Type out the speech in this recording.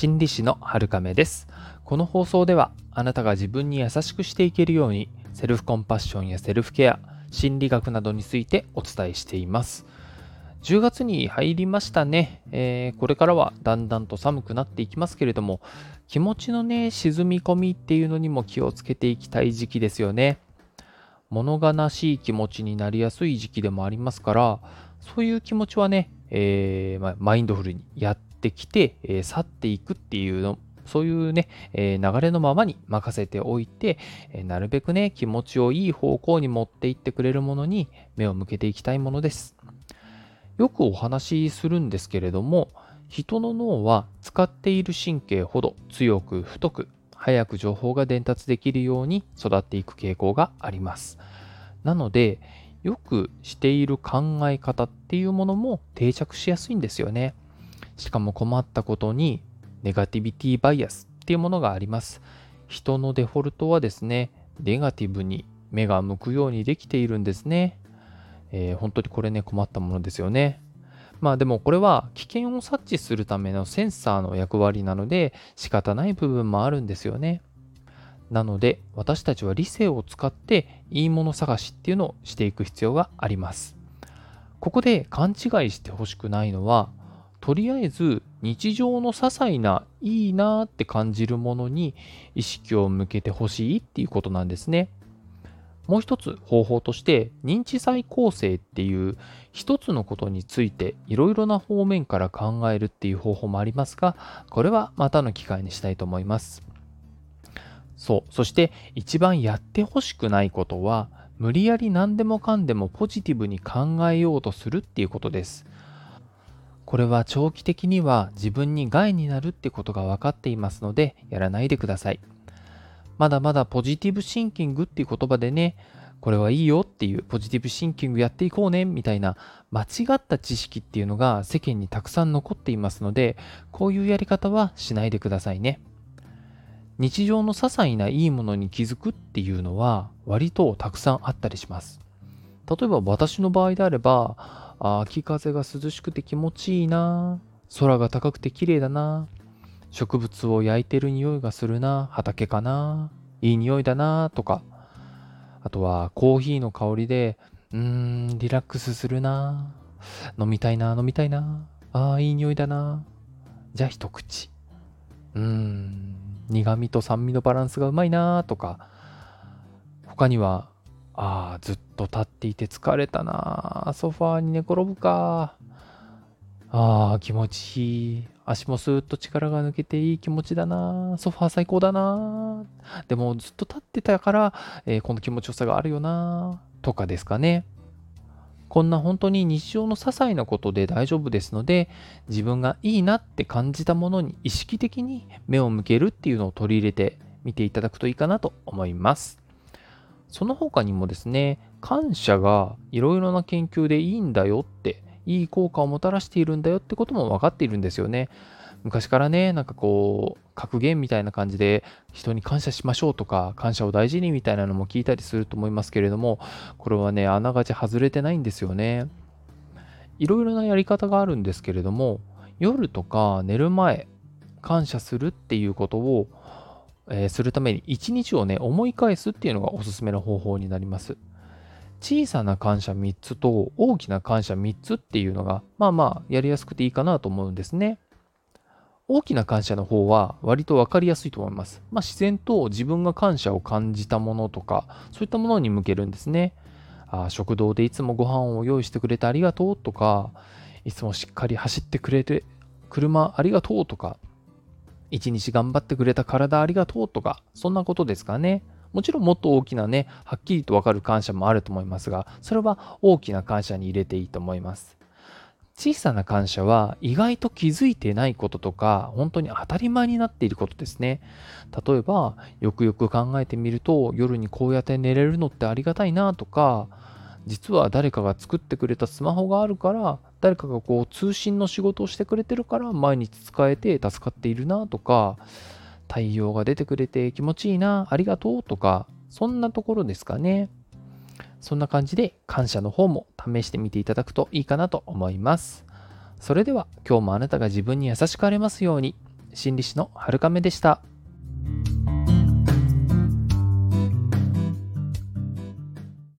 心理師の春亀です。この放送ではあなたが自分に優しくしていけるようにセルフコンパッションやセルフケア、心理学などについてお伝えしています。10月に入りましたね。これからはだんだんと寒くなっていきますけれども、気持ちのね、沈み込みっていうのにも気をつけていきたい時期ですよね。物悲しい気持ちになりやすい時期でもありますから、そういう気持ちはね、マインドフルにやってきて、去っていくっていうの、そういうね、流れのままに任せておいて、なるべくね、気持ちをいい方向に持っていってくれるものに目を向けていきたいものです。よくお話しするんですけれども、人の脳は使っている神経ほど強く太く、早く情報が伝達できるように育っていく傾向があります。なので、よくしている考え方っていうものも定着しやすいんですよね。しかも困ったことに、ネガティビティバイアスっていうものがあります。人のデフォルトはですね、ネガティブに目が向くようにできているんですね。本当にこれね、困ったものですよね。まあでもこれは危険を察知するためのセンサーの役割なので仕方ない部分もあるんですよね。なので私たちは理性を使っていいもの探しっていうのをしていく必要があります。ここで勘違いしてほしくないのは、とりあえず日常の些細ないいなーって感じるものに意識を向けてほしいっていうことなんですね。もう一つ方法として認知再構成っていう一つのことについていろいろな方面から考えるっていう方法もありますが、これはまたの機会にしたいと思います。そして一番やってほしくないことは、無理やり何でもかんでもポジティブに考えようとするっていうことです。これは長期的には自分に害になるってことが分かっていますので、やらないでください。まだまだポジティブシンキングっていう言葉でね、これはいいよっていうポジティブシンキングやっていこうねみたいな間違った知識っていうのが世間にたくさん残っていますので、こういうやり方はしないでくださいね。日常の些細ないいものに気づくっていうのは割とたくさんあったりします。例えば私の場合であれば、秋風が涼しくて気持ちいいな、空が高くて綺麗だな、植物を焼いてる匂いがするな、畑かな、いい匂いだなとか、あとはコーヒーの香りで、リラックスするな、飲みたいな、飲みたいな、いい匂いだな、じゃあ一口。苦味と酸味のバランスがうまいなとか、他には、ずっと立っていて疲れたな、ソファーに寝転ぶか、気持ちいい。足もスーッと力が抜けていい気持ちだな。ソファー最高だな。でもずっと立ってたから、この気持ちよさがあるよな。とかですかね。こんな本当に日常の些細なことで大丈夫ですので、自分がいいなって感じたものに意識的に目を向けるっていうのを取り入れてみていただくといいかなと思います。その他にもですね、感謝がいろいろな研究でいいんだよって、いい効果をもたらしているんだよってことも分かっているんですよね。昔からね、なんかこう、格言みたいな感じで人に感謝しましょうとか、感謝を大事にみたいなのも聞いたりすると思いますけれども、これはね、あながち外れてないんですよね。いろいろなやり方があるんですけれども、夜とか寝る前、感謝するっていうことを、するために一日をね、思い返すっていうのがおすすめの方法になります。小さな感謝3つと大きな感謝3つっていうのが、まあまあやりやすくていいかなと思うんですね。大きな感謝の方は割と分かりやすいと思います。自然と自分が感謝を感じたものとか、そういったものに向けるんですね。食堂でいつもご飯を用意してくれてありがとうとか、いつもしっかり走ってくれて車ありがとうとか、一日頑張ってくれた体ありがとうとか、そんなことですかね。もちろんもっと大きなね、はっきりとわかる感謝もあると思いますが、それは大きな感謝に入れていいと思います。小さな感謝は意外と気づいてないこととか、本当に当たり前になっていることですね。例えば、よくよく考えてみると、夜にこうやって寝れるのってありがたいなとか、実は誰かが作ってくれたスマホがあるから、誰かがこう通信の仕事をしてくれてるから毎日使えて助かっているなとか、太陽が出てくれて気持ちいいな、ありがとうとか、そんなところですかね。そんな感じで感謝の方も試してみていただくといいかなと思います。それでは今日もあなたが自分に優しくありますように。 心理師の春亀でした。